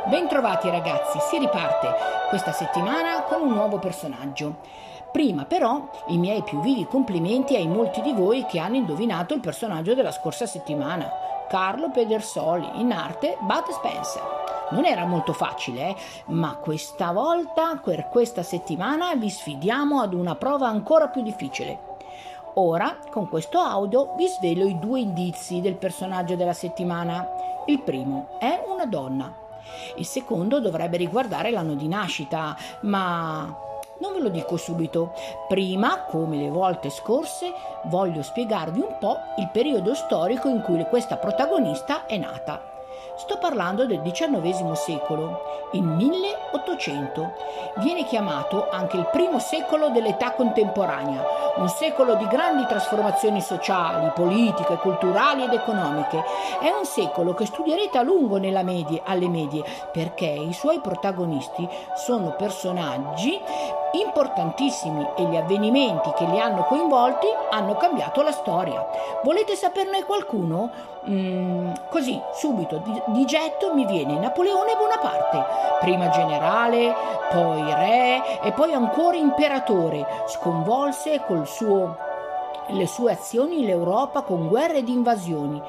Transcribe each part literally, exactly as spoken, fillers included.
Bentrovati ragazzi, si riparte questa settimana con un nuovo personaggio. Prima però i miei più vivi complimenti ai molti di voi che hanno indovinato il personaggio della scorsa settimana, Carlo Pedersoli, in arte Bud Spencer. Non era molto facile, eh? Ma questa volta, per questa settimana, vi sfidiamo ad una prova ancora più difficile. Ora, con questo audio, vi svelo i due indizi del personaggio della settimana. Il primo è una donna. Il secondo dovrebbe riguardare l'anno di nascita, ma non ve lo dico subito. Prima, come le volte scorse, voglio spiegarvi un po' il periodo storico in cui questa protagonista è nata. Sto parlando del diciannovesimo secolo, il milleottocento. Viene chiamato anche il primo secolo dell'età contemporanea, un secolo di grandi trasformazioni sociali, politiche, culturali ed economiche. È un secolo che studierete a lungo nella medie, alle medie, perché i suoi protagonisti sono personaggi importantissimi e gli avvenimenti che li hanno coinvolti hanno cambiato la storia. Volete saperne qualcuno? Mm, così, subito, di, di getto mi viene Napoleone Bonaparte, prima generale, poi re e poi ancora imperatore. Sconvolse col suo, le sue azioni l'Europa con guerre ed invasioni.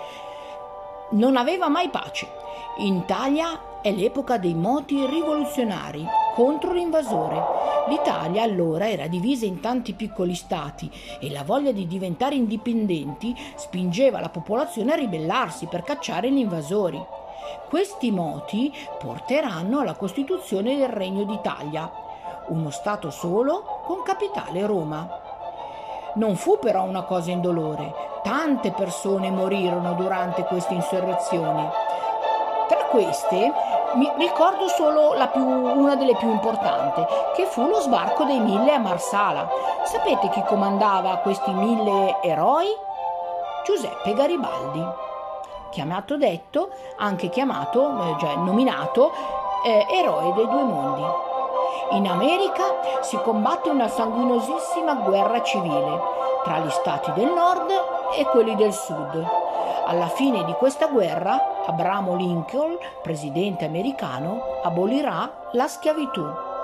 Non aveva mai pace. In Italia è l'epoca dei moti rivoluzionari contro l'invasore. L'Italia allora era divisa in tanti piccoli stati e la voglia di diventare indipendenti spingeva la popolazione a ribellarsi per cacciare gli invasori. Questi moti porteranno alla costituzione del Regno d'Italia, uno stato solo con capitale Roma. Non fu però una cosa indolore. Tante persone morirono durante queste insurrezioni. Tra queste mi ricordo solo la più, una delle più importanti, che fu lo sbarco dei mille a Marsala. Sapete chi comandava questi mille eroi? Giuseppe Garibaldi, chiamato detto, anche chiamato, cioè nominato, eh, eroe dei due mondi. In America si combatte una sanguinosissima guerra civile tra gli stati del nord e quelli del sud. Alla fine di questa guerra, Abraham Lincoln, presidente americano, abolirà la schiavitù.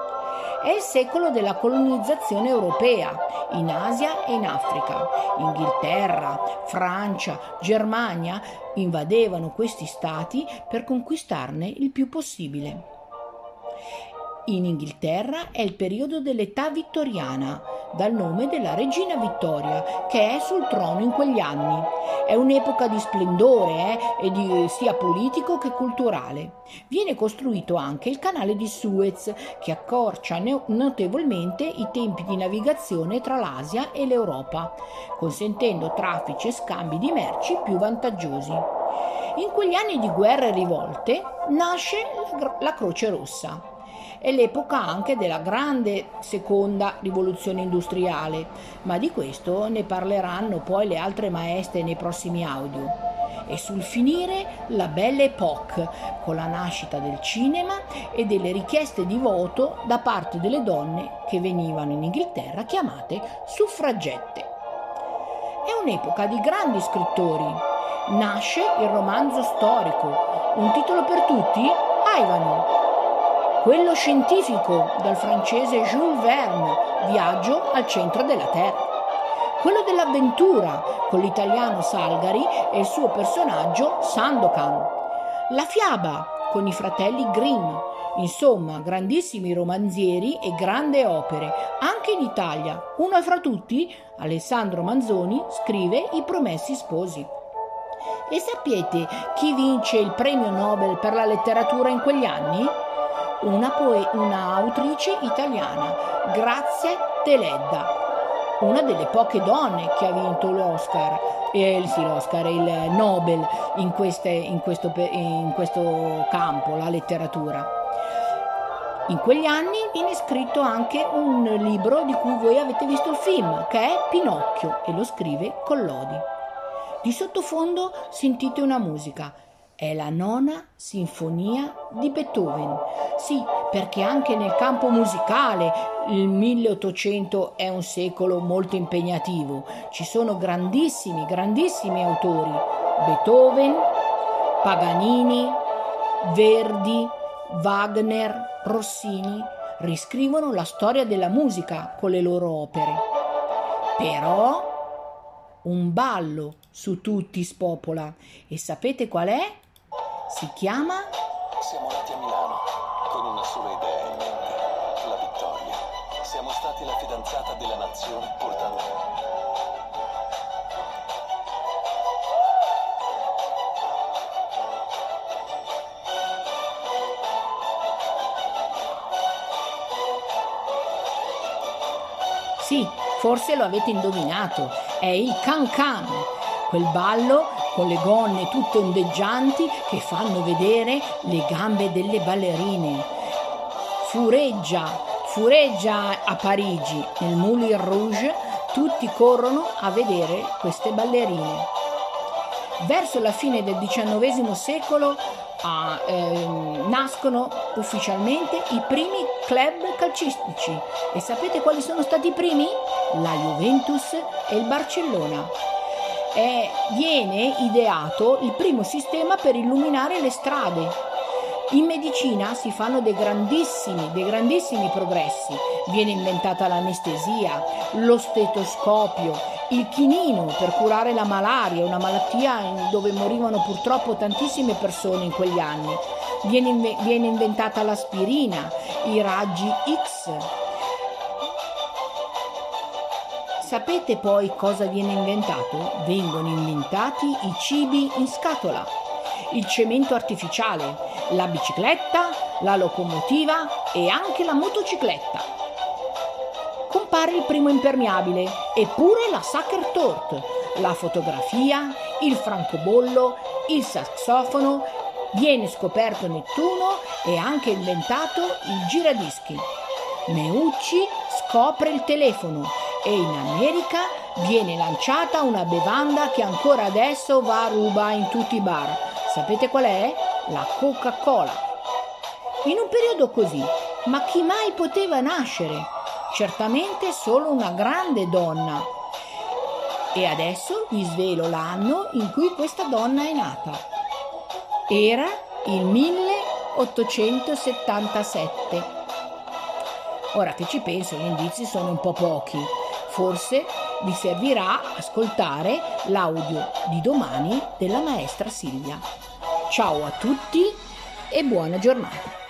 È il secolo della colonizzazione europea in Asia e in Africa. Inghilterra, Francia, Germania invadevano questi stati per conquistarne il più possibile. In Inghilterra è il periodo dell'età vittoriana, dal nome della regina Vittoria, che è sul trono in quegli anni. È un'epoca di splendore, eh, e di, sia politico che culturale. Viene costruito anche il canale di Suez, che accorcia notevolmente i tempi di navigazione tra l'Asia e l'Europa, consentendo traffici e scambi di merci più vantaggiosi. In quegli anni di guerre e rivolte nasce la, la Croce Rossa. È l'epoca anche della grande seconda rivoluzione industriale, ma di questo ne parleranno poi le altre maestre nei prossimi audio. E sul finire la Belle Époque, con la nascita del cinema e delle richieste di voto da parte delle donne che venivano in Inghilterra chiamate suffragette. È un'epoca di grandi scrittori. Nasce il romanzo storico, un titolo per tutti? Ivanhoe. Quello scientifico, dal francese Jules Verne, Viaggio al centro della Terra. Quello dell'avventura, con l'italiano Salgari e il suo personaggio Sandokan. La fiaba, con i fratelli Grimm. Insomma, grandissimi romanzieri e grandi opere, anche in Italia. Uno fra tutti, Alessandro Manzoni, scrive I Promessi Sposi. E sapete chi vince il premio Nobel per la letteratura in quegli anni? Una, poe- una autrice italiana, Grazia Deledda, una delle poche donne che ha vinto l'Oscar, eh, sì, l'Oscar, il Nobel in, queste, in, questo, in questo campo, la letteratura. In quegli anni viene scritto anche un libro di cui voi avete visto il film, che è Pinocchio, e lo scrive Collodi. Di sottofondo sentite una musica. È la nona sinfonia di Beethoven. Sì, perché anche nel campo musicale il milleottocento è un secolo molto impegnativo. Ci sono grandissimi, grandissimi autori. Beethoven, Paganini, Verdi, Wagner, Rossini riscrivono la storia della musica con le loro opere. Però un ballo su tutti spopola. E sapete qual è? Si chiama... Siamo nati a Milano con una sola idea in mente, la vittoria. Siamo stati la fidanzata della nazione portando... Sì, forse lo avete indovinato, è il can-can, quel ballo con le gonne tutte ondeggianti che fanno vedere le gambe delle ballerine. Fureggia, fureggia a Parigi, nel Moulin Rouge, tutti corrono a vedere queste ballerine. Verso la fine del diciannovesimo secolo ah, ehm, nascono ufficialmente i primi club calcistici. E sapete quali sono stati i primi? La Juventus e il Barcellona. E viene ideato il primo sistema per illuminare le strade. In medicina si fanno dei grandissimi, dei grandissimi progressi. Viene inventata l'anestesia, lo stetoscopio, il chinino per curare la malaria, una malattia dove morivano purtroppo tantissime persone in quegli anni. Viene, inve- viene inventata l'aspirina, i raggi X. Sapete poi cosa viene inventato? Vengono inventati i cibi in scatola, il cemento artificiale, la bicicletta, la locomotiva e anche la motocicletta. Compare il primo impermeabile, eppure la Sachertorte, la fotografia, il francobollo, il sassofono, viene scoperto Nettuno e anche inventato il giradischi. Meucci scopre il telefono e in America viene lanciata una bevanda che ancora adesso va a ruba in tutti i bar. Sapete qual è? La Coca-Cola. In un periodo così, ma chi mai poteva nascere? Certamente solo una grande donna. E adesso vi svelo l'anno in cui questa donna è nata. Era il milleottocentosettantasette. Ora che ci penso, gli indizi sono un po' pochi. Forse vi servirà ascoltare l'audio di domani della maestra Silvia. Ciao a tutti e buona giornata.